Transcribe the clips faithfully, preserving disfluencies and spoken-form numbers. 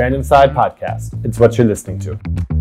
Brand Inside Podcast. It's what you're listening to.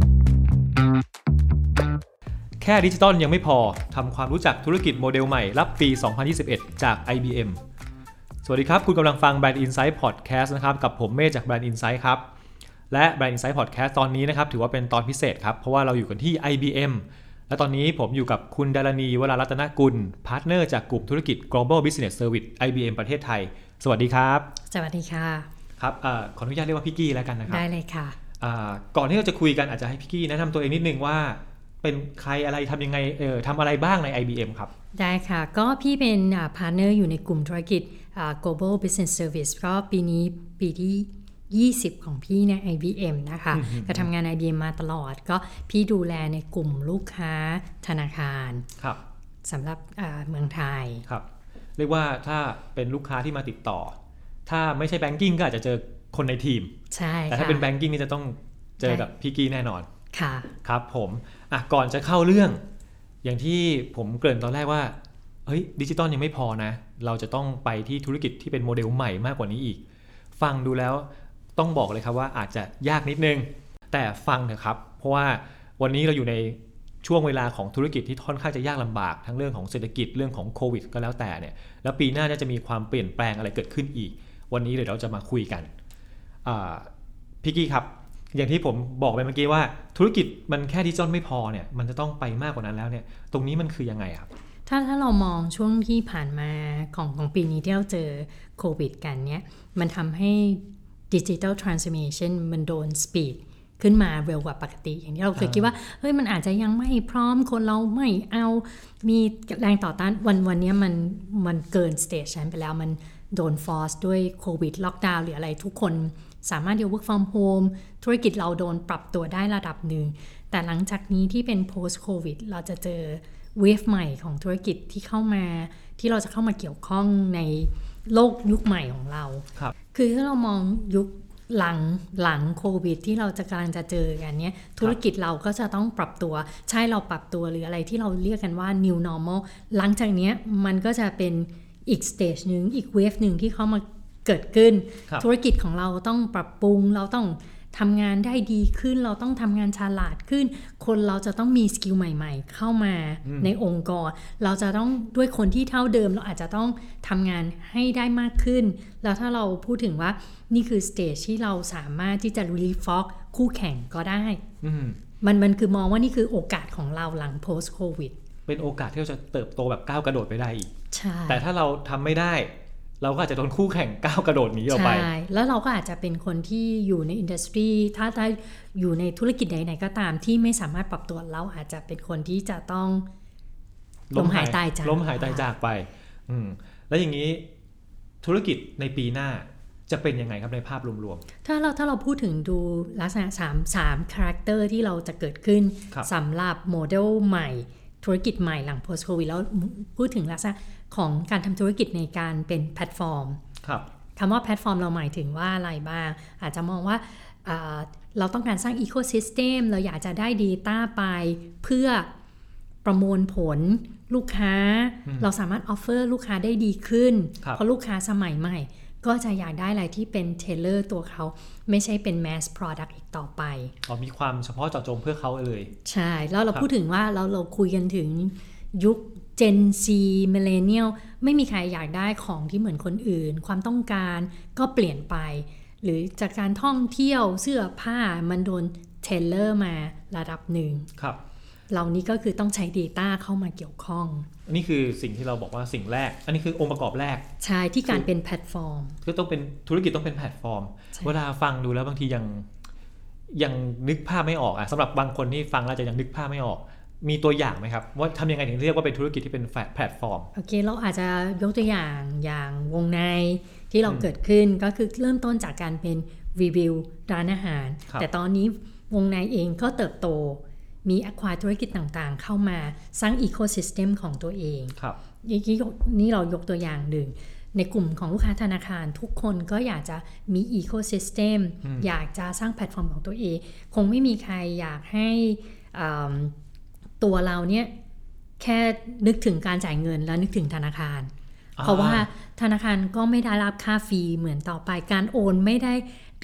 แค่ดิจิตอลยังไม่พอทำความรู้จักธุรกิจโมเดลใหม่รับปี สองพันยี่สิบเอ็ด จาก ไอ บี เอ็ม สวัสดีครับคุณกำลังฟัง Brand Insight Podcast นะครับกับผมเมธจาก Brand Insight ครับและ Brand Insight Podcast ตอนนี้นะครับถือว่าเป็นตอนพิเศษครับเพราะว่าเราอยู่กันที่ ไอ บี เอ็ม และตอนนี้ผมอยู่กับคุณดารณีวรารัตนกุลพาร์ทเนอร์จากกลุ่มธุรกิจ Global Business Service ไอ บี เอ็ม ประเทศไทยสวัสดีครับสวัสดีค่ะครับเอ่อขออนุญาตเรียกว่าพี่กี้แล้วกันนะครับได้เลยค่ะอ่าก่อนที่เราจะคุยกันอาจจะให้พี่กี้แนะนำตัวเองนิดนึงว่าเป็นใครอะไรทำยังไงเออทำอะไรบ้างใน ไอ บี เอ็ม ครับได้ค่ะก็พี่เป็นพาร์ทเนอร์อยู่ในกลุ่มธุรกิจ Global Business Service ก็ปีนี้ปีที่ยี่สิบของพี่ใน ไอ บี เอ็ม นะคะก็ทำงาน ไอ บี เอ็ม มาตลอดก็พี่ดูแลในกลุ่มลูกค้าธนาคารครับสำหรับเมืองไทยครับเรียกว่าถ้าเป็นลูกค้าที่มาติดต่อถ้าไม่ใช่แบงกิ้งก็อาจจะเจอคนในทีมใช่แต่ถ้าเป็นแบงกิ้งนี่จะต้องเจอกับพี่กี้แน่นอนค่ะครับผมอ่ะก่อนจะเข้าเรื่องอย่างที่ผมเกริ่นตอนแรกว่าเฮ้ยดิจิตอลยังไม่พอนะเราจะต้องไปที่ธุรกิจที่เป็นโมเดลใหม่มากกว่านี้อีกฟังดูแล้วต้องบอกเลยครับว่าอาจจะยากนิดนึงแต่ฟังเถอะครับเพราะว่าวันนี้เราอยู่ในช่วงเวลาของธุรกิจที่ค่อนข้างจะยากลำบากทั้งเรื่องของเศรษฐกิจเรื่องของโควิดก็แล้วแต่เนี่ยแล้วปีหน้าจะมีความเปลี่ยนแปลงอะไรเกิดขึ้นอีกวันนี้เดี๋ยวเราจะมาคุยกันพี่กี้ครับอย่างที่ผมบอกไปเมื่อกี้ว่าธุรกิจมันแค่ดิจิตอลไม่พอเนี่ยมันจะต้องไปมากกว่านั้นแล้วเนี่ยตรงนี้มันคือยังไงครับถ้าถ้าเรามองช่วงที่ผ่านมาของของปีนี้ที่เราเจอโควิดกันเนี่ยมันทำให้ดิจิทัลทรานส์ฟอร์เมชันมันโดนสปีดขึ้นมาเร็วกว่าปกติอย่างที่เราเคยคิดว่าเฮ้ยมันอาจจะยังไม่พร้อมคนเราไม่เอามีแรงต่อต้านวันวันนี้มันมันเกินสเตจนั้นไปแล้วมันโดนฟอร์สด้วยโควิดล็อกดาวน์หรืออะไรทุกคนสามารถที่จะ work from home ธุรกิจเราโดนปรับตัวได้ระดับหนึ่งแต่หลังจากนี้ที่เป็น post covid เราจะเจอเวฟใหม่ของธุรกิจที่เข้ามาที่เราจะเข้ามาเกี่ยวข้องในโลกยุคใหม่ของเราครับคือถ้าเรามองยุคหลังหลังโควิดที่เราจะกำลังจะเจอกันเนี้ยธุรกิจเราก็จะต้องปรับตัวใช่เราปรับตัวหรืออะไรที่เราเรียกกันว่า new normal หลังจากเนี้ยมันก็จะเป็นอีกสเตจนึงอีกเวฟนึงที่เข้ามาเกิดขึ้นธุรกิจของเราต้องปรับปรุงเราต้องทำงานได้ดีขึ้นเราต้องทำงานฉลาดขึ้นคนเราจะต้องมีสกิลใหม่ๆเข้ามาในองค์กรเราจะต้องด้วยคนที่เท่าเดิมเราอาจจะต้องทำงานให้ได้มากขึ้นแล้วถ้าเราพูดถึงว่านี่คือสเตจที่เราสามารถที่จะรีฟอกคู่แข่งก็ได้มันมันคือมองว่านี่คือโอกาสของเราหลัง post covid เป็นโอกาสที่เราจะเติบโตแบบก้าวกระโดดไปได้อีกใช่แต่ถ้าเราทำไม่ได้เราก็อาจจะโดนคู่แข่งก้าวกระโดดหนีออกไปใช่แล้วเราก็อาจจะเป็นคนที่อยู่ในอินดัสทรีถ้าถ้าอยู่ในธุรกิจไหนๆก็ตามที่ไม่สามารถปรับตัวเราอาจจะเป็นคนที่จะต้องล้มหายตายจากล้มหายตายจากไปอืมแล้วอย่างนี้ธุรกิจในปีหน้าจะเป็นยังไงครับในภาพรวมๆถ้าเราถ้าเราพูดถึงดูลักษณะสามสามคาแรคเตอร์ที่เราจะเกิดขึ้นสำหรับโมเดลใหม่ธุรกิจใหม่หลัง post covid แล้วพูดถึงลักษณะของการทำธุรกิจในการเป็นแพลตฟอร์มคำว่าแพลตฟอร์มเราหมายถึงว่าอะไรบ้างอาจจะมองว่าเราต้องการสร้าง Ecosystem เราอยากจะได้ Data ไปเพื่อประมวลผลลูกค้าเราสามารถ offer ลูกค้าได้ดีขึ้นเพราะลูกค้าสมัยใหม่ก็จะอยากได้อะไรที่เป็น Tailor ตัวเขาไม่ใช่เป็น Mass Product อีกต่อไปอ๋อมีความเฉพาะเจาะจงเพื่อเขาเลยใช่แล้วเราพูดถึงว่าเราเราคุยกันถึงยุคGen Z Millennial ไม่มีใครอยากได้ของที่เหมือนคนอื่นความต้องการก็เปลี่ยนไปหรือจากการท่องเที่ยวเสื้อผ้ามันโดนเทเลอร์มาระดับหนึ่งครับเหล่านี้ก็คือต้องใช้ Data เข้ามาเกี่ยวข้องอันนี้คือสิ่งที่เราบอกว่าสิ่งแรกอันนี้คือองค์ประกอบแรกใช่ที่การเป็นแพลตฟอร์มก็ต้องเป็นธุรกิจต้องเป็นแพลตฟอร์มเวลาฟังดูแล้วบางทียังยังนึกภาพไม่ออกอ่ะสำหรับบางคนที่ฟังแล้วจะยังนึกภาพไม่ออกมีตัวอย่างไหมครับว่าทำยังไงถึงเรียกว่าเป็นธุรกิจที่เป็นแพลตฟอร์มโอเคเราอาจจะยกตัวอย่างอย่างวงในที่เราเกิดขึ้นก็คือเริ่มต้นจากการเป็นรีวิวร้านอาหารแต่ตอนนี้วงในเองก็เติบโตมี acquire ธุรกิจต่างๆเข้ามาสร้าง ecosystem ของตัวเองนี่เรายกตัวอย่างหนึ่งในกลุ่มของลูกค้าธนาคารทุกคนก็อยากจะมี ecosystem อยากจะสร้างแพลตฟอร์มของตัวเองคงไม่มีใครอยากให้ตัวเราเนี่ยแค่นึกถึงการจ่ายเงินแล้วนึกถึงธนาคารเพราะว่าธนาคารก็ไม่ได้รับค่าฟรีเหมือนต่อไปการโอนไม่ได้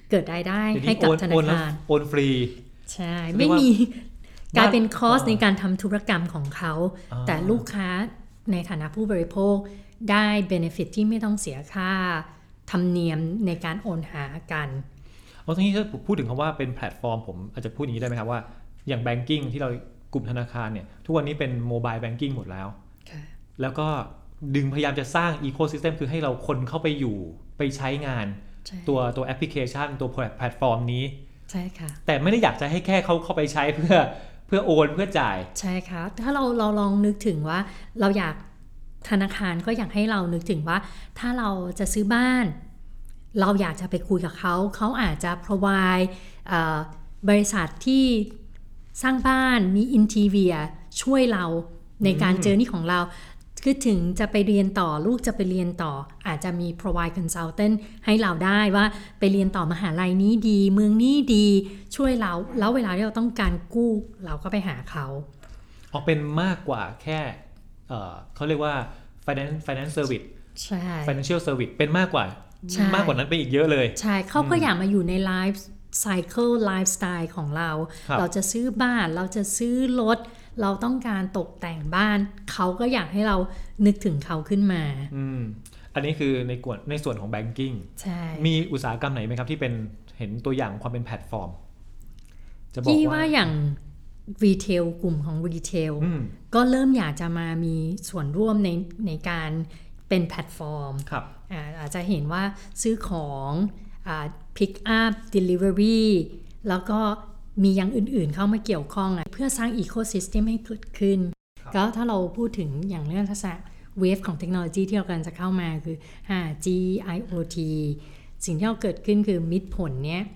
เกิดรายได้ให้กับธนาคารโอนฟรีใช่ไม่มีกลายเป็นคอสในการทำธุรกรรมของเขาแต่ลูกค้าในฐานะผู้บริโภคได้ benefit ที่ไม่ต้องเสียค่าธรรมเนียมในการโอนหากันเอาทีนี้ถ้าพูดถึงคำว่าเป็นแพลตฟอร์มผมอาจจะพูดอย่างนี้ได้ไหมครับว่าอย่าง banking ที่เรากลุ่มธนาคารเนี่ยทุกวันนี้เป็น mobile banking หมดแล้วแล้วก็ดึงพยายามจะสร้าง ecosystem คือให้เราคนเข้าไปอยู่ไปใช้งานตัวตัวแอปพลิเคชันตัวแพลตฟอร์มนี้ใช่ค่ะแต่ไม่ได้อยากจะให้แค่เขาเข้าไปใช้เพื่อเพื่อโอนเพื่อจ่ายใช่ค่ะถ้าเราเราลองนึกถึงว่าเราอยากธนาคารก็อยากให้เรานึกถึงว่าถ้าเราจะซื้อบ้านเราอยากจะไปคุยกับเขาเขาอาจจะ provide บริษัทที่สร้างบ้านมี interior ช่วยเราในการเจอนี่ของเราคือถึงจะไปเรียนต่อลูกจะไปเรียนต่ออาจจะมี provide consultant ให้เราได้ว่าไปเรียนต่อมหาลัยนี้ดีเมืองนี้ดีช่วยเราแล้วเวลาที่เราต้องการกู้เราก็ไปหาเขาออกเป็นมากกว่าแค่เอ่อเขาเรียกว่า finance finance service ใช่ financial service เป็นมากกว่ามากกว่านั้นไปอีกเยอะเลยใช่เขาก็อยากมาอยู่ใน life cycle lifestyle ของเราเราจะซื้อบ้านเราจะซื้อรถเราต้องการตกแต่งบ้านเขาก็อยากให้เรานึกถึงเขาขึ้นมาอืมอันนี้คือในกวนในส่วนของ banking ใช่มีอุตสาหกรรมไหนไหมครับที่เป็นเห็นตัวอย่างความเป็นแพลตฟอร์มจะบอกว่าอย่างรีเทลกลุ่มของรีเทลก็เริ่มอยากจะมามีส่วนร่วมในในการเป็นแพลตฟอร์มครับอาจจะเห็นว่าซื้อของพิกอัพเดลิเวอรี่แล้วก็มีอย่างอื่นๆเข้ามาเกี่ยวข้องเพื่อสร้างอีโคซิสเต็มให้เกิดขึ้นก็ถ้าเราพูดถึงอย่างเรื่องทักษะเวฟของเทคโนโลยีที่เรากำลังจะเข้ามาคือ ไฟว์จี ไอ โอ ที สิ่งที่เราเกิดขึ้นคือมิดผลเนี้ย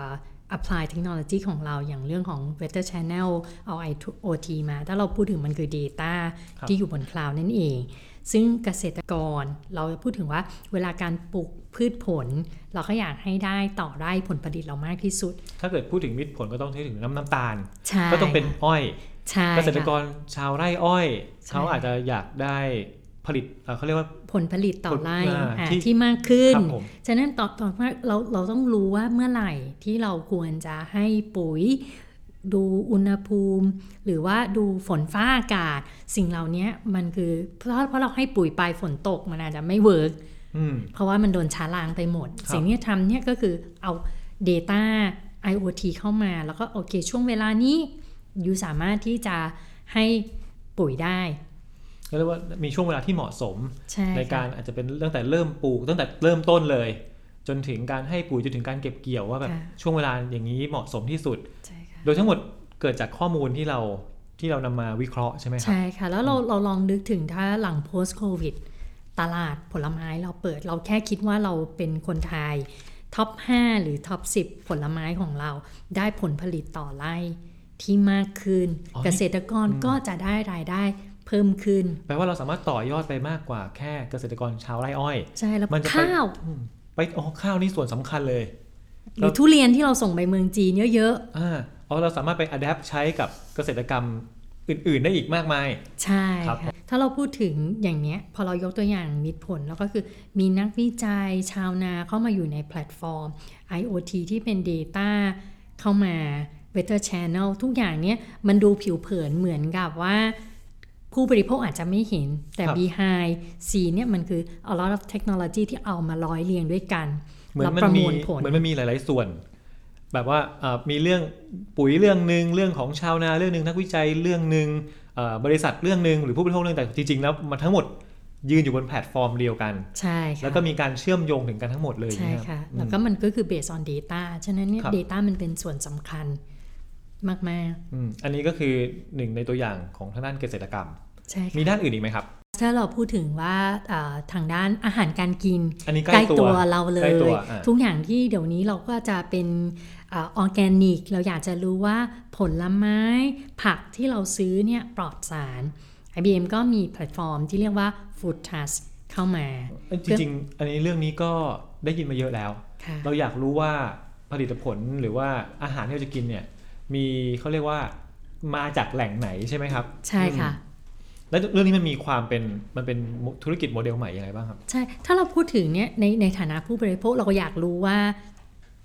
apply เทคโนโลยีของเราอย่างเรื่องของ Weather Channel เอา ไอ โอ ที มาถ้าเราพูดถึงมันคือ Data ที่อยู่บนคลาวด์นั่นเองซึ่งเกษตรกรเราพูดถึงว่าเวลาการปลูกพืชผลเราก็อยากให้ได้ต่อได้ผลผลิตเรามากที่สุดถ้าเกิดพูดถึงมิตรผลก็ต้องพูดถึงน้ำน้ำตาลก็ต้องเป็นอ้อยเกษตรกรชาวไร่อ้อยเขาอาจจะอยากได้ผลิตเขาเรียกว่าผลผลิตต่อไร่ที่, ที่มากขึ้นฉะนั้นต่อต่อมาเราเราต้องรู้ว่าเมื่อไหร่ที่เราควรจะให้ปุ๋ยดูอุณหภูมิหรือว่าดูฝนฟ้าอากาศสิ่งเหล่านี้มันคือเพราะเพราะเราให้ปุ๋ยไปฝนตกมันอาจจะไม่เวิร์กเพราะว่ามันโดนช้าล้างไปหมดสิ่งที่ทำเนี่ยก็คือเอา Data ไอ โอ ที เข้ามาแล้วก็โอเคช่วงเวลานี้ยูสามารถที่จะให้ปุ๋ยได้เรียกว่ามีช่วงเวลาที่เหมาะสม ใ, ในการอาจจะเป็นตั้งแต่เริ่มปลูกตั้งแต่เริ่มต้นเลยจนถึงการให้ปุ๋ยจนถึงการเก็บเกี่ยวว่าแบบช่วงเวลาอย่างนี้เหมาะสมที่สุดโดยทั้งหมดเกิดจากข้อมูลที่เราที่เรานำมาวิเคราะห์ใช่ไหมครับใช่ค่ะแล้วเราเราลองนึกถึงถ้าหลัง post covid ตลาดผลไม้เราเปิดเราแค่คิดว่าเราเป็นคนไทยท็อปห้าหรือท็อปสิบผลไม้ของเราได้ผลผลิตต่อไร่ที่มากขึ้นเกษตรกรก็จะได้รายได้เพิ่มขึ้นแปลว่าเราสามารถต่อยอดไปมากกว่าแค่เกษตรกรชาวไร่อ้อยใช่แล้วข้าวไปอ๋อข้าวนี่ส่วนสำคัญเลยหรือทุเรียนที่เราส่งไปเมืองจีนเยอะๆอ่าอ๋อเราสามารถไปอัดแอปใช้กับเกษตรกรรมอื่นๆได้อีกมากมายใช่ครับถ้าเราพูดถึงอย่างเนี้ยพอเรายกตัวอย่างมิตรผลแล้วก็คือมีนักวิจัยชาวนาเข้ามาอยู่ในแพลตฟอร์ม ไอ โอ ที ที่เป็น Data เข้ามา Weather Channel ทุกอย่างเนี้ยมันดูผิวเผินเหมือนกับว่าผู้บริโภคอาจจะไม่เห็นแต่ behind scene เนี่ยมันคือ a lot of technology ที่เอามาร้อยเรียงด้วยกันเหมือนมันมีเหมือนมันมีหลายๆส่วนแบบว่ามีเรื่องปุ๋ยเรื่องนึงเรื่องของชาวนาเรื่องนึงนักวิจัยเรื่องนึงบริษัทเรื่องนึงหรือผู้บริโภคเรื่องแต่จริงๆแล้วมันทั้งหมดยืนอยู่บนแพลตฟอร์มเดียวกันใช่ค่ะแล้วก็มีการเชื่อมโยงถึงกันทั้งหมดเลยใช่ค่ะแล้วก็มันก็คือ based on data ฉะนั้นเนี่ย data มันเป็นส่วนสำคัญมากๆ อ, อันนี้ก็คือหนึ่งในตัวอย่างของทางด้านเกษตรกรรมมีด้านอื่นอีกไหมครับถ้าเราพูดถึงว่าทางด้านอาหารการกินอันนี้ใกล้ตัวเราเลยทุกอย่างที่เดี๋ยวนี้เราก็จะเป็นออร์แกนิกเราอยากจะรู้ว่าผลไม้ผักที่เราซื้อเนี่ยปลอดสาร ไอ บี เอ็ม ก็มีแพลตฟอร์มที่เรียกว่า Food Trust เข้ามาจริงๆอันนี้เรื่องนี้ก็ได้ยินมาเยอะแล้วเราอยากรู้ว่าผลิตผลหรือว่าอาหารที่เราจะกินเนี่ยมีเขาเรียกว่ามาจากแหล่งไหนใช่ไหมครับใช่ค่ะแล้วเรื่องนี้มันมีความเป็นมันเป็นธุรกิจโมเดลใหม่ยังไงบ้างครับใช่ถ้าเราพูดถึงเนี่ยในในฐานะผู้บริโภคเราก็อยากรู้ว่า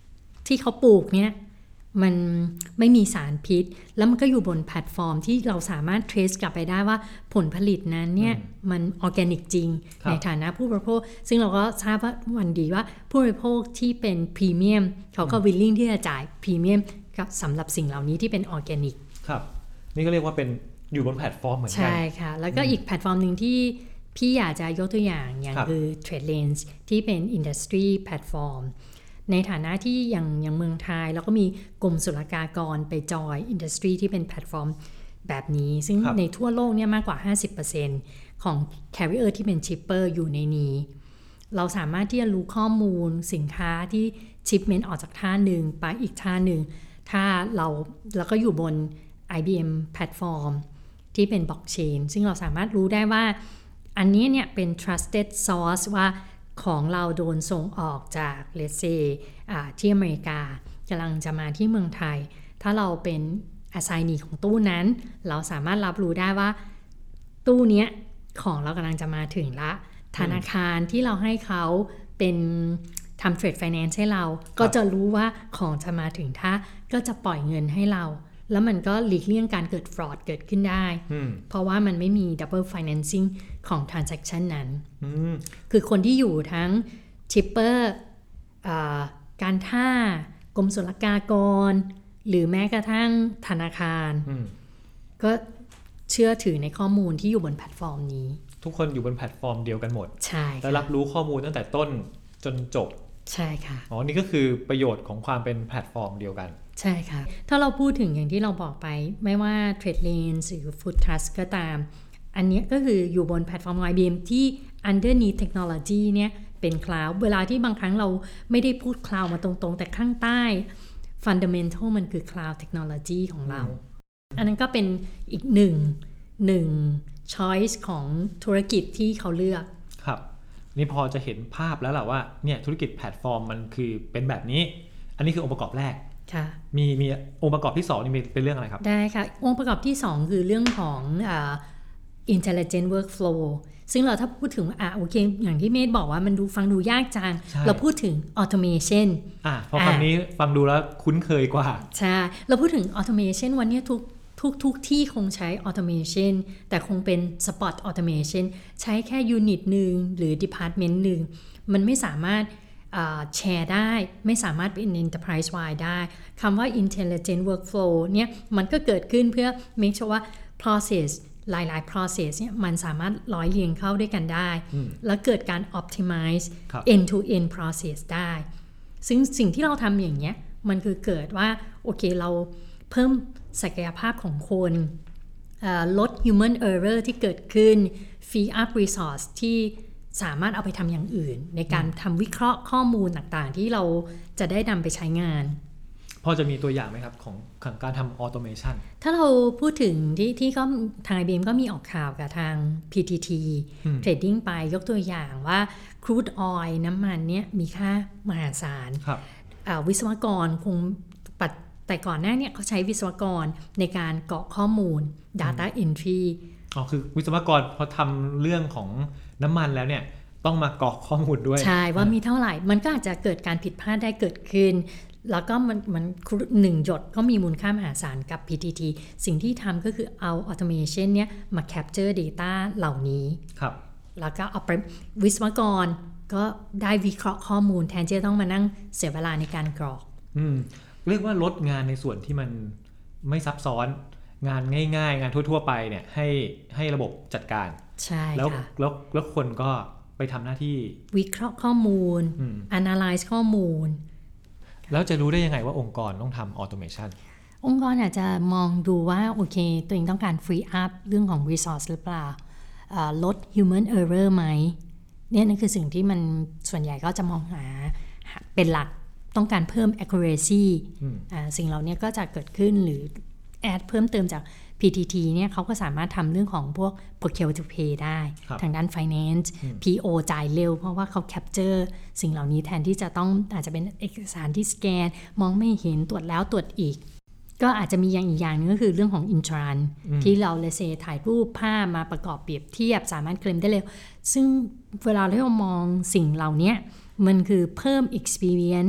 ที่เขาปลูกเนี่ยมันไม่มีสารพิษแล้วมันก็อยู่บนแพลตฟอร์มที่เราสามารถ trace กลับไปได้ว่าผลผลิตนั้นเนี่ยมันออร์แกนิกจริงในฐานะผู้บริโภคซึ่งเราก็ทราบว่าวันดีว่าผู้บริโภคที่เป็นพรีเมียมเขาก็ willing ที่จะจ่ายพรีเมียมสำหรับสิ่งเหล่านี้ที่เป็นออร์แกนิกครับนี่ก็เรียกว่าเป็นอยู่บนแพลตฟอร์มเหมือนกันใช่ค่ะแล้วก็อีกแพลตฟอร์มหนึ่งที่พี่อยากจะยกตัวอย่างอย่างคือ TradeLens ที่เป็น Industry Platform ในฐานะที่อย่างอย่างเมืองไทยแล้วก็มีกรมศุลกากรไปจอย Industry ที่เป็นแพลตฟอร์มแบบนี้ซึ่งในทั่วโลกเนี่ยมากกว่า ห้าสิบเปอร์เซ็นต์ ของ Carrier ที่เป็น Shipper อยู่ในนี้เราสามารถที่จะรู้ข้อมูลสินค้าที่ Shipment ออกจากท่าหนึ่งไปอีกท่าหนึ่งถ้าเราแล้วก็อยู่บน ไอ บี เอ็ม Platform ที่เป็น Blockchain ซึ่งเราสามารถรู้ได้ว่าอันนี้เนี่ยเป็น trusted source ว่าของเราโดนส่งออกจาก let's say ที่อเมริกากำลังจะมาที่เมืองไทยถ้าเราเป็น assignee ของตู้นั้นเราสามารถรับรู้ได้ว่าตู้เนี้ยของเรากำลังจะมาถึงละธนาคารที่เราให้เขาเป็นทำ trade finance ให้เราก็จะรู้ว่าของจะมาถึงท่าก็จะปล่อยเงินให้เราแล้วมันก็หลีกเลี่ยงการเกิด fraud เกิดขึ้นได้เพราะว่ามันไม่มี double financing ของ transaction นั้นคือคนที่อยู่ทั้ง shipper การท่ากรมศุลกากรหรือแม้กระทั่งธนาคารก็เชื่อถือในข้อมูลที่อยู่บนแพลตฟอร์มนี้ทุกคนอยู่บนแพลตฟอร์มเดียวกันหมดใช่และรับรู้ข้อมูลตั้งแต่ต้นจนจบใช่ค่ะอ๋อนี่ก็คือประโยชน์ของความเป็นแพลตฟอร์มเดียวกันใช่ค่ะถ้าเราพูดถึงอย่างที่เราบอกไปไม่ว่า TradeLens หรือ Food Trust ก็ตามอันนี้ก็คืออยู่บนแพลตฟอร์ม ไอ บี เอ็ม ที่ underneath technology เนี่ยเป็น cloud เวลาที่บางครั้งเราไม่ได้พูด cloud มาตรงๆแต่ข้างใต้ fundamental มันคือ cloud technology ของเราอันนั้นก็เป็นอีกหนึ่งหนึ่ง choice ของธุรกิจที่เขาเลือกครับนี่พอจะเห็นภาพแล้วแหละว่าเนี่ยธุรกิจแพลตฟอร์มมันคือเป็นแบบนี้อันนี้คือองค์ประกอบแรกมีมีองค์ประกอบที่สองนี่เป็นเรื่องอะไรครับได้ค่ะองค์ประกอบที่สองคือเรื่องของ uh, intelligent workflow ซึ่งเราถ้าพูดถึงอ่ะโอเคอย่างที่เมธบอกว่ามันดูฟังดูยากจังเราพูดถึง automation อ่ะพอคำนี้ฟังดูแล้วคุ้นเคยกว่าใช่เราพูดถึง automation วันนี้ทุกทุกทุกที่คงใช้ automation แต่คงเป็น spot automation ใช้แค่ unit หนึ่งหรือ department หนึ่งมันไม่สามารถแชร์ได้ไม่สามารถเป็น enterprise wide ได้คำว่า intelligent workflow เนี่ยมันก็เกิดขึ้นเพื่อ make sure ว่า process หลายๆ process เนี่ยมันสามารถร้อยเรียงเข้าด้วยกันได้แล้วเกิดการ optimize end to end process ได้ซึ่งสิ่งที่เราทำอย่างเงี้ยมันคือเกิดว่าโอเคเราเพิ่มศักยภาพของคนลด human error ที่เกิดขึ้น free up resource ที่สามารถเอาไปทำอย่างอื่นในการทำวิเคราะห์ข้อมูลต่างๆที่เราจะได้นำไปใช้งานพอจะมีตัวอย่างไหมครับของของการทำ automation ถ้าเราพูดถึงที่ที่ก็ทาง ไอ บี เอ็ม ก็มีออกข่าวกับทาง พี ที ที Trading ไปยกตัวอย่างว่า crude oil น้ำมันเนี่ยมีค่ามหาศาลวิศวกรคงปัดแต่ก่อนหน้านี้เขาใช้วิศวกรในการเกาะข้อมูล data entry อ๋อคือวิศวกรพอทำเรื่องของน้ำมันแล้วเนี่ยต้องมากรอกข้อมูลด้วยใช่ว่ามีเท่าไหร่มันก็อาจจะเกิดการผิดพลาดได้เกิดขึ้นแล้วก็มันมันหนึ่งหยดก็มีมูลค่ามหาศาลกับ พี ที ที สิ่งที่ทำก็คือเอา automation เนี่ยมา capture data เหล่านี้ครับแล้วก็เอาไปวิศวกรก็ได้วิเคราะห์ข้อมูลแทนที่จะต้องมานั่งเสียเวลาในการกรอกอืมเรียกว่าลดงานในส่วนที่มันไม่ซับซ้อนงานง่ายๆงานทั่วๆไปเนี่ยให้ให้ระบบจัดการใช่แล้วแล้วแล้วคนก็ไปทำหน้าที่วิเคราะห์ข้อมูล analyze ข้อมูลแล้วจะรู้ได้ยังไงว่าองค์กรต้องทำ automation องค์กรอาจจะมองดูว่าโอเคตัวเองต้องการ free up เรื่องของ resource หรือเปล่าลด human error ไหมเนี่ยนั่นคือสิ่งที่มันส่วนใหญ่ก็จะมองหาเป็นหลักต้องการเพิ่ม accuracy สิ่งเหล่านี้ก็จะเกิดขึ้นหรือแอดเพิ่มเติมจาก พี ที ที เนี่ยเขาก็สามารถทำเรื่องของพวก procure to pay ได้ทางด้าน finance พี โอ จ่ายเร็วเพราะว่าเขา capture สิ่งเหล่านี้แทนที่จะต้องอาจจะเป็นเอกสารที่สแกนมองไม่เห็นตรวจแล้วตรวจอีกก็อาจจะมีอย่างอีกอย่างนึงก็คือเรื่องของ insurance ที่เราเลเซถ่ายรูปภาพมาประกอบเปรียบเทียบสามารถเคลมได้เร็วซึ่งเวลาเรามองสิ่งเหล่านี้มันคือเพิ่ม experience ที่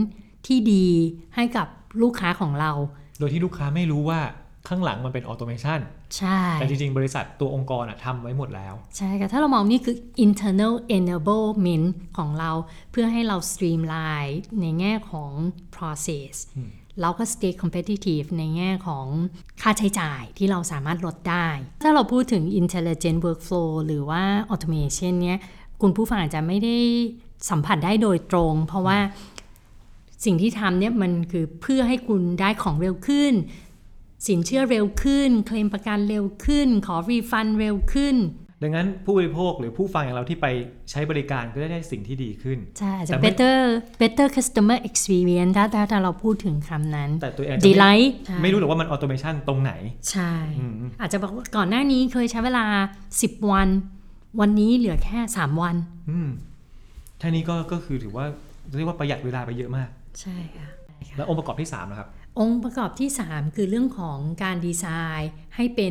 ที่ดีให้กับลูกค้าของเราโดยที่ลูกค้าไม่รู้ว่าข้างหลังมันเป็นออโตเมชันใช่แต่จริงๆบริษัทตัวองค์กรทำไว้หมดแล้วใช่ค่ะถ้าเรามองนี่คือ internal enablement ของเราเพื่อให้เรา streamline ในแง่ของ process เราก็ stay competitive ในแง่ของค่าใช้จ่ายที่เราสามารถลดได้ถ้าเราพูดถึง intelligent workflow หรือว่า automation เนี้ยคุณผู้ฟังอาจจะไม่ได้สัมผัสได้โดยตรงเพราะว่าสิ่งที่ทำเนี่ยมันคือเพื่อให้คุณได้ของเร็วขึ้นสินเชื่อเร็วขึ้นเคลมประกันเร็วขึ้นขอรีฟันเร็วขึ้นดังนั้นผู้บริโภคหรือผู้ฟังอย่างเราที่ไปใช้บริการก็ได้ได้สิ่งที่ดีขึ้นใช่จะ better better customer experience ถ้าถ้าเราพูดถึงคำนั้นแต่ตัวเอง delight ไม่รู้หรอกว่ามัน automation ตรงไหนใช่อาจจะบอกว่าก่อนหน้านี้เคยใช้เวลาสิบวันวันนี้เหลือแค่สามวันอืมแค่นี้ก็ก็คือถือว่าเรียกว่าประหยัดเวลาไปเยอะมากใช่ค่ะแล้วองค์ประกอบที่สามนะครับองค์ประกอบที่สามคือเรื่องของการดีไซน์ให้เป็น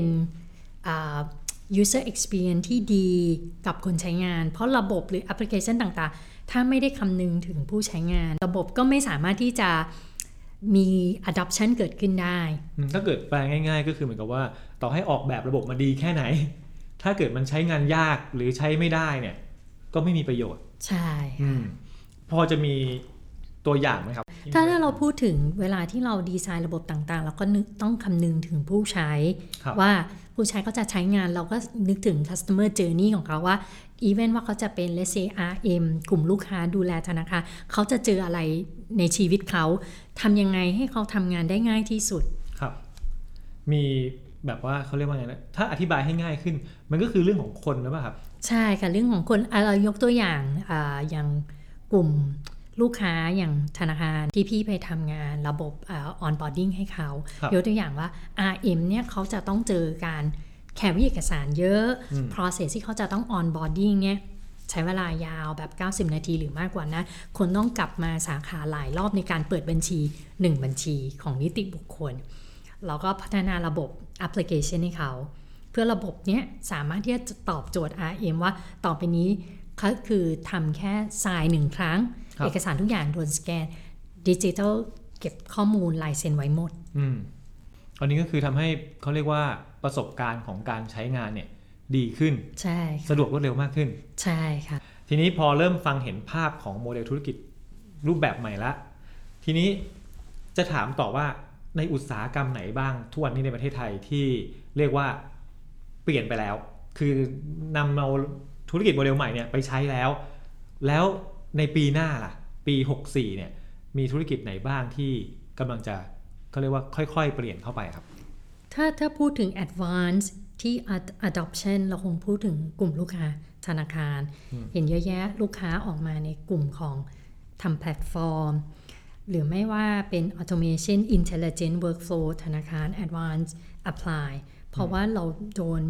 uh, user experience ที่ดีกับคนใช้งานเพราะระบบหรือแอปพลิเคชันต่างๆถ้าไม่ได้คำนึงถึงผู้ใช้งานระบบก็ไม่สามารถที่จะมี adoption เกิดขึ้นได้ถ้าเกิดแปลง่ายๆก็คือเหมือนกับว่าต่อให้ออกแบบระบบมาดีแค่ไหนถ้าเกิดมันใช้งานยากหรือใช้ไม่ได้เนี่ยก็ไม่มีประโยชน์ใช่พอจะมีตัวอย่างไหมครับถ้าเราพูดถึงเวลาที่เราดีไซน์ระบบต่างๆเราก็นึกต้องคำนึงถึงผู้ใช้ว่าผู้ใช้เขาจะใช้งานเราก็นึกถึง customer journey ของเขาว่า even ว่าเขาจะเป็น let's say อาร์ เอ็ม กลุ่มลูกค้าดูแลธนาคารเขาจะเจออะไรในชีวิตเขาทำยังไงให้เขาทำงานได้ง่ายที่สุดครับมีแบบว่าเขาเรียกว่าไงนะถ้าอธิบายให้ง่ายขึ้นมันก็คือเรื่องของคนหรือเปล่าครับใช่ค่ะเรื่องของคนเรายกตัวอย่างอ่าอย่างกลุ่มลูกค้าอย่างธนาคารที่พี่ไปทำงานระบบอ่า onboarding ให้เขายกตัวอย่างว่า อาร์ เอ็ม เนี่ยเขาจะต้องเจอการแคร์เอกสารเยอะ process ที่เขาจะต้อง onboarding เนี่ยใช้เวลายาวแบบเก้าสิบนาทีหรือมากกว่านั้นคนต้องกลับมาสาขาหลายรอบในการเปิดบัญชีหนึ่งบัญชีของนิติบุคคลเราก็พัฒนาระบบแอปพลิเคชันให้เขาเพื่อระบบนี้สามารถที่จะตอบโจทย์ อาร์ เอ็ม ว่าต่อไปนี้ก็คือทำแค่ทรายหนึ่งครั้งเอกสารทุกอย่างโดนสแกนดิจิทัลเก็บข้อมูลลายเซ็นไว้หมดอืมอันนี้ก็คือทำให้เขาเรียกว่าประสบการณ์ของการใช้งานเนี่ยดีขึ้นใช่สะดวกรวดเร็วมากขึ้นใช่ค่ะทีนี้พอเริ่มฟังเห็นภาพของโมเดลธุรกิจรูปแบบใหม่ละทีนี้จะถามต่อว่าในอุตสาหกรรมไหนบ้างทุกวันนี้ในประเทศไทยที่เรียกว่าเปลี่ยนไปแล้วคือนำเอาธุรกิจโมเดลใหม่เนี่ยไปใช้แล้วแล้วในปีหน้าล่ะปีหกสิบสี่เนี่ยมีธุรกิจไหนบ้างที่กำลังจะเขาเรียกว่าค่อยๆเปลี่ยนเข้าไปครับถ้าถ้าพูดถึง advance ที่ adoption เราคงพูดถึงกลุ่มลูกค้าธนาคารเห็นเยอะแยะลูกค้าออกมาในกลุ่มของทำแพลตฟอร์มหรือไม่ว่าเป็น automation intelligent workflow ธนาคาร advance apply เพราะว่าเราโดน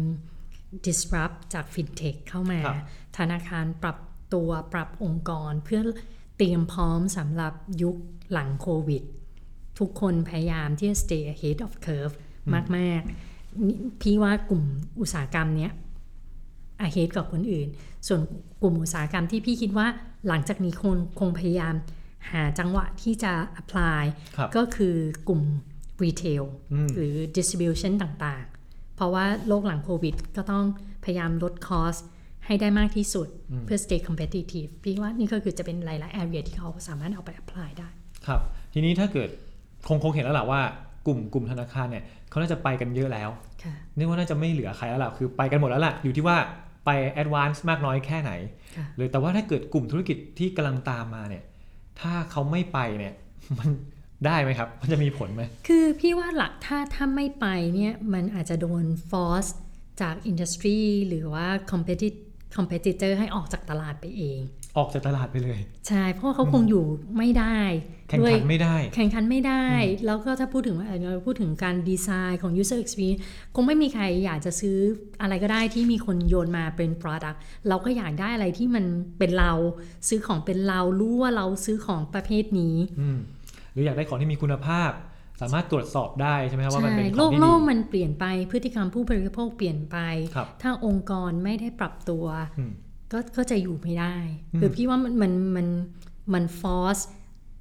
disrupt จาก fintech เข้ามาธนาคารปรับตัวปรับองค์กรเพื่อเตรียมพร้อมสำหรับยุคหลังโควิดทุกคนพยายามที่จะ stay ahead of curve มากๆพี่ว่ากลุ่มอุตสาหกรรมเนี้ย ahead กับคนอื่นส่วนกลุ่มอุตสาหกรรมที่พี่คิดว่าหลังจากนี้คงคงพยายามหาจังหวะที่จะ apply ก็คือกลุ่ม retail หรือ distribution ต่างๆเพราะว่าโลกหลังโควิดก็ต้องพยายามลด cost ให้ได้มากที่สุดเพื่อ stay competitive พี่ว่านี่ก็คือจะเป็นหลายๆ area ที่เขาสามารถเอาไป apply ได้ครับทีนี้ถ้าเกิดคงคงเห็นแล้วแหละว่ากลุ่มกลุ่มธนาคารเนี่ยเขาน่าจะไปกันเยอะแล้วนี่ว่าน่าจะไม่เหลือใครแล้วล่ะคือไปกันหมดแล้วล่ะอยู่ที่ว่าไป advance มากน้อยแค่ไหนเลยแต่ว่าถ้าเกิดกลุ่มธุรกิจที่กำลังตามมาเนี่ยถ้าเขาไม่ไปเนี่ยมันได้ไหมครับมันจะมีผลไหมคือพี่ว่าหลักถ้าถ้าไม่ไปเนี่ยมันอาจจะโดน force จาก industry หรือว่า competitor ให้ออกจากตลาดไปเองออกจากตลาดไปเลยใช่เพราะเขาคงอยู่ไม่ได้แข่งขันไม่ได้แข่งขันไม่ได้แล้วก็ถ้าพูดถึงว่าเราพูดถึงการดีไซน์ของ user experience คงไม่มีใครอยากจะซื้ออะไรก็ได้ที่มีคนโยนมาเป็น product เราก็อยากได้อะไรที่มันเป็นเราซื้อของเป็นเรารู้ว่าเราซื้อของประเภทนี้หรืออยากได้ของที่มีคุณภาพสามารถตรวจสอบได้ใช่ไหมครับว่ามันเป็นของที่ดีโลกโลกมันเปลี่ยนไปพฤติกรรมผู้บริโภคเปลี่ยนไปถ้าองค์กรไม่ได้ปรับตัวก็ก็จะอยู่ไม่ได้คือพี่ว่ามันมันมันมันฟอร์ส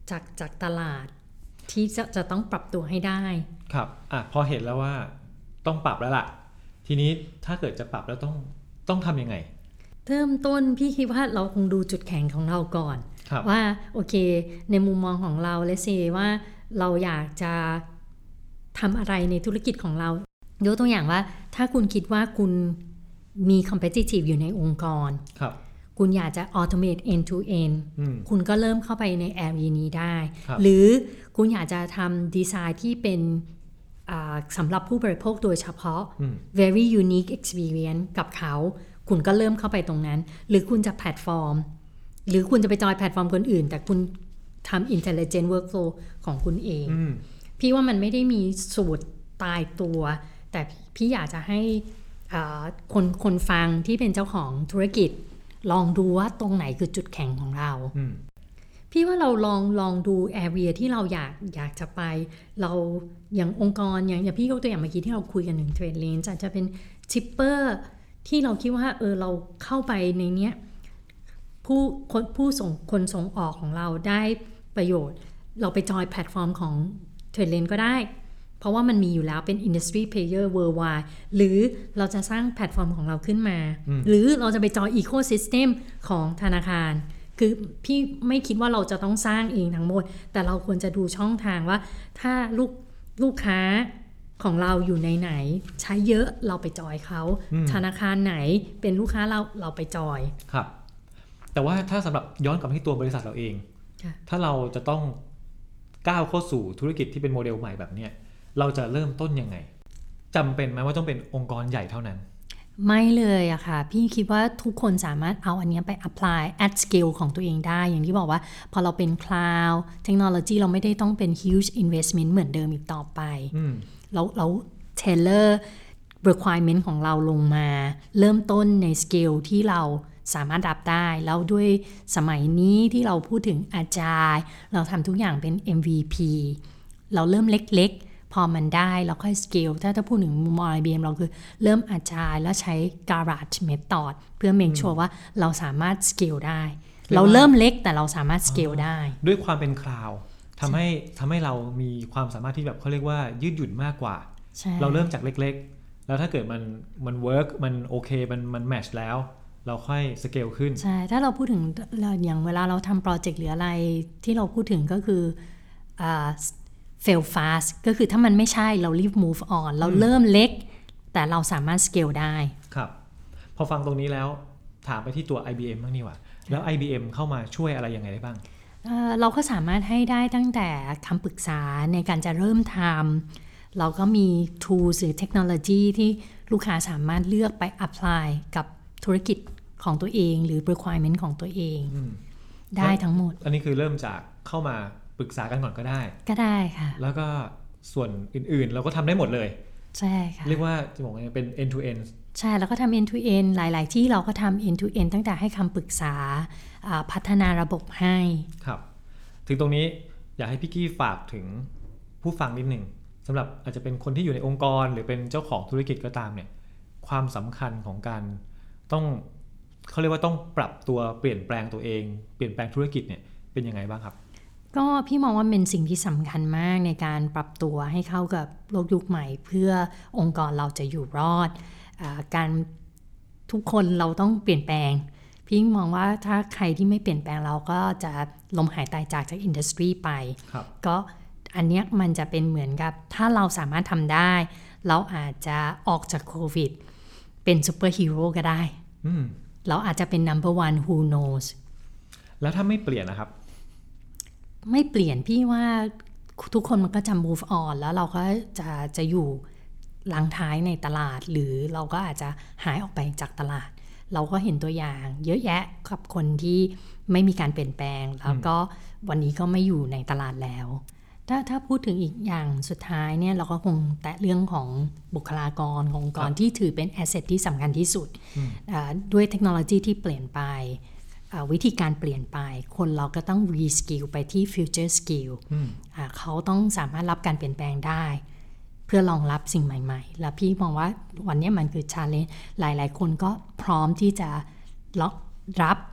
จากจากตลาดที่จะจะต้องปรับตัวให้ได้ครับอ่ะพอเห็นแล้วว่าต้องปรับแล้วล่ะทีนี้ถ้าเกิดจะปรับแล้วต้องต้องทำยังไงเริ่มต้นพี่คิดว่าเราคงดูจุดแข็งของเราก่อนว่าโอเคในมุมมองของเราเลเซว่าเราอยากจะทำอะไรในธุรกิจของเรายกตัวอย่างว่าถ้าคุณคิดว่าคุณมี competitive อยู่ในองค์กรครับคุณอยากจะ automate end to end คุณก็เริ่มเข้าไปใน area นี้ได้หรือคุณอยากจะทำดีไซน์ที่เป็นสำหรับผู้บริโภคโดยเฉพาะ very unique experience กับเขาคุณก็เริ่มเข้าไปตรงนั้นหรือคุณจะแพลตฟอร์มหรือคุณจะไปจอยแพลตฟอร์มคนอื่นแต่คุณทำ intelligent workflow ของคุณเองพี่ว่ามันไม่ได้มีสูตรตายตัวแต่พี่อยากจะให้คนคนฟังที่เป็นเจ้าของธุรกิจลองดูว่าตรงไหนคือจุดแข็งของเราพี่ว่าเราลองลองดู area ที่เราอยากอยากจะไปเราอย่างองค์กรอย่างอย่างพี่ยกตัวอย่างเมื่อกี้ที่เราคุยกันหนึ่งเทรดเลนอาจจะเป็นชิปเปอร์ที่เราคิดว่าเออเราเข้าไปในเนี้ยผู้คนผู้ส่งคนส่งออกของเราได้ประโยชน์เราไปจอยแพลตฟอร์มของเทรดเลนก็ได้เพราะว่ามันมีอยู่แล้วเป็น industry player worldwide หรือเราจะสร้างแพลตฟอร์มของเราขึ้นมาหรือเราจะไปจอย ecosystem ของธนาคารคือพี่ไม่คิดว่าเราจะต้องสร้างเองทั้งหมดแต่เราควรจะดูช่องทางว่าถ้าลูกลูกค้าของเราอยู่ในไหนใช้เยอะเราไปจอยเขาธนาคารไหนเป็นลูกค้าเราเราไปจอยครับแต่ว่าถ้าสำหรับย้อนกลับที่ตัวบริษัทเราเองถ้าเราจะต้องก้าวเข้าสู่ธุรกิจที่เป็นโมเดลใหม่แบบนี้เราจะเริ่มต้นยังไงจำเป็นไหมว่าต้องเป็นองค์กรใหญ่เท่านั้นไม่เลยอะค่ะพี่คิดว่าทุกคนสามารถเอาอันนี้ไป apply at scale ของตัวเองได้อย่างที่บอกว่าพอเราเป็น cloud technology เราไม่ได้ต้องเป็น huge investment เหมือนเดิมอีกต่อไปเราเรา tailor requirement ของเราลงมาเริ่มต้นใน scale ที่เราสามารถรับได้แล้วด้วยสมัยนี้ที่เราพูดถึง agile เราทำทุกอย่างเป็น เอ็ม วี พี เราเริ่มเล็กๆพอมันได้เราค่อย scale ถ้าถ้าพูดถึงมุมมอง ไอ บี เอ็ม เราคือเริ่ม agile แล้วใช้ garage method เพื่อ make sure ว่าเราสามารถ scale ได้เราเริ่มเล็กแต่เราสามารถ scale ได้ด้วยความเป็น cloud ทำให้ทำให้เรามีความสามารถที่แบบเขาเรียกว่ายืดหยุ่นมากกว่าเราเริ่มจากเล็กๆแล้วถ้าเกิดมันมัน work มันโอเคมันมัน match แล้วเราค่อยสเกลขึ้นใช่ถ้าเราพูดถึงอย่างเวลาเราทำโปรเจกต์หรืออะไรที่เราพูดถึงก็คืออ่า fail fast ก็คือถ้ามันไม่ใช่เรารีบ move on เราเริ่มเล็กแต่เราสามารถ scale ได้ครับพอฟังตรงนี้แล้วถามไปที่ตัว ไอ บี เอ็ม บ้างนี่ว่าแล้ว ไอ บี เอ็ม เข้ามาช่วยอะไรยังไงได้บ้างเราก็สามารถให้ได้ตั้งแต่คำปรึกษาในการจะเริ่มทำเราก็มี tools หรือเทคโนโลยีที่ลูกค้าสามารถเลือกไป apply กับธุรกิจของตัวเองหรือ requirement ของตัวเองได้ทั้งหมดอันนี้คือเริ่มจากเข้ามาปรึกษากันก่อนก็ได้ก็ได้ค่ะแล้วก็ส่วนอื่นๆเราก็ทำได้หมดเลยใช่ค่ะเรียกว่าจะบอกว่าเป็น end to end ใช่แล้วก็ทำ end to end หลายๆที่เราก็ทำ end to end ตั้งแต่ให้คำปรึกษาพัฒนาระบบให้ครับถึงตรงนี้อยากให้พี่กี้ฝากถึงผู้ฟังนิดหนึ่งสำหรับอาจจะเป็นคนที่อยู่ในองค์กรหรือเป็นเจ้าของธุรกิจก็ตามเนี่ยความสำคัญของการต้องเขาเรียกว่าต้องปรับตัวเปลี่ยนแปลงตัวเองเปลี่ยนแปลงธุรกิจเนี่ยเป็นยังไงบ้างครับก็พี่มองว่าเป็นสิ่งที่สำคัญมากในการปรับตัวให้เข้ากับโลกยุคใหม่เพื่อองค์กรเราจะอยู่รอดอาการทุกคนเราต้องเปลี่ยนแปลงพี่มองว่าถ้าใครที่ไม่เปลี่ยนแปลงเราก็จะล้มหายตายจากจากอินดัสทรีไปก็อันนี้มันจะเป็นเหมือนกับถ้าเราสามารถทำได้เราอาจจะออกจากโควิดเป็นซูเปอร์ฮีโร่ก็ได้เราอาจจะเป็น number one who knows แล้วถ้าไม่เปลี่ยนนะครับไม่เปลี่ยนพี่ว่าทุกคนมันก็จะ move on แล้วเราก็จะจะอยู่หลังท้ายในตลาดหรือเราก็อาจจะหายออกไปจากตลาดเราก็เห็นตัวอย่างเยอะแยะกับคนที่ไม่มีการเปลี่ยนแปลงแล้วก็วันนี้ก็ไม่อยู่ในตลาดแล้วถ้าถ้าพูดถึงอีกอย่างสุดท้ายเนี่ยเราก็คงแตะเรื่องของบุคลากรขององค์กรที่ถือเป็นแอสเซทที่สำคัญที่สุดด้วยเทคโนโลยีที่เปลี่ยนไปวิธีการเปลี่ยนไปคนเราก็ต้อง reskill ไปที่ future skill เขาต้องสามารถรับการเปลี่ยนแปลงได้เพื่อรองรับสิ่งใหม่ๆแล้วพี่มองว่าวันนี้มันคือ challenge หลายๆคนก็พร้อมที่จะรับ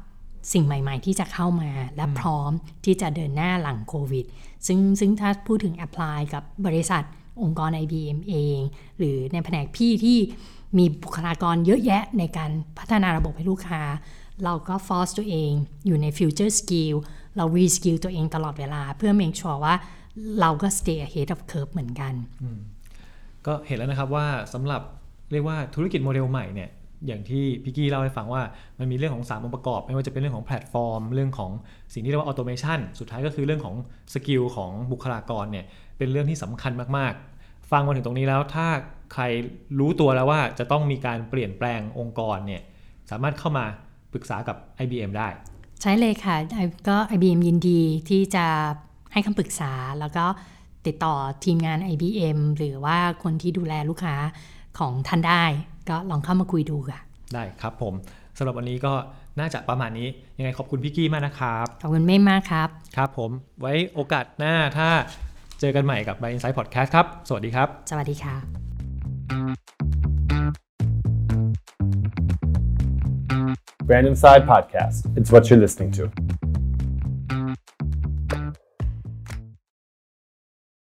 สิ่งใหม่ๆที่จะเข้ามาและพร้อมที่จะเดินหน้าหลังโควิดซึ่งซึ่งถ้าพูดถึง apply กับบริษัทองค์กร ไอ บี เอ็ม เองหรือในแผนกพี่ที่มีบุคลากรเยอะแยะในการพัฒนาระบบให้ลูกค้าเราก็ force ตัวเองอยู่ใน future skill เรา reskill ตัวเองตลอดเวลาเพื่อ make sure ว่าเราก็ stay ahead of curve เหมือนกันก็เห็นแล้วนะครับว่าสำหรับเรียกว่าธุรกิจโมเดลใหม่เนี่ยอย่างที่พี่กี้เล่าให้ฟังว่ามันมีเรื่องของสามองค์ประกอบไม่ว่าจะเป็นเรื่องของแพลตฟอร์มเรื่องของสิ่งที่เรียกว่าออโตเมชันสุดท้ายก็คือเรื่องของสกิลของบุคลากรเนี่ยเป็นเรื่องที่สำคัญมากๆฟังมาถึงตรงนี้แล้วถ้าใครรู้ตัวแล้วว่าจะต้องมีการเปลี่ยนแปลงองค์กรเนี่ยสามารถเข้ามาปรึกษากับ ไอ บี เอ็ม ได้ใช่เลยค่ะก็ ไอ บี เอ็ม ยินดีที่จะให้คำปรึกษาแล้วก็ติดต่อทีมงาน ไอ บี เอ็ม หรือว่าคนที่ดูแลลูกค้าของท่านได้ก็ลองเข้ามาคุยดูค่ะได้ครับผมสำหรับวันนี้ก็น่าจะประมาณนี้ยังไงขอบคุณพี่กี้มากนะครับขอบคุณเม่มากครับครับผมไว้โอกาสหน้าถ้าเจอกันใหม่กับ By Insight Podcast ครับสวัสดีครับสวัสดีค่ะ Brand Inside Podcast. It's what you're listening to.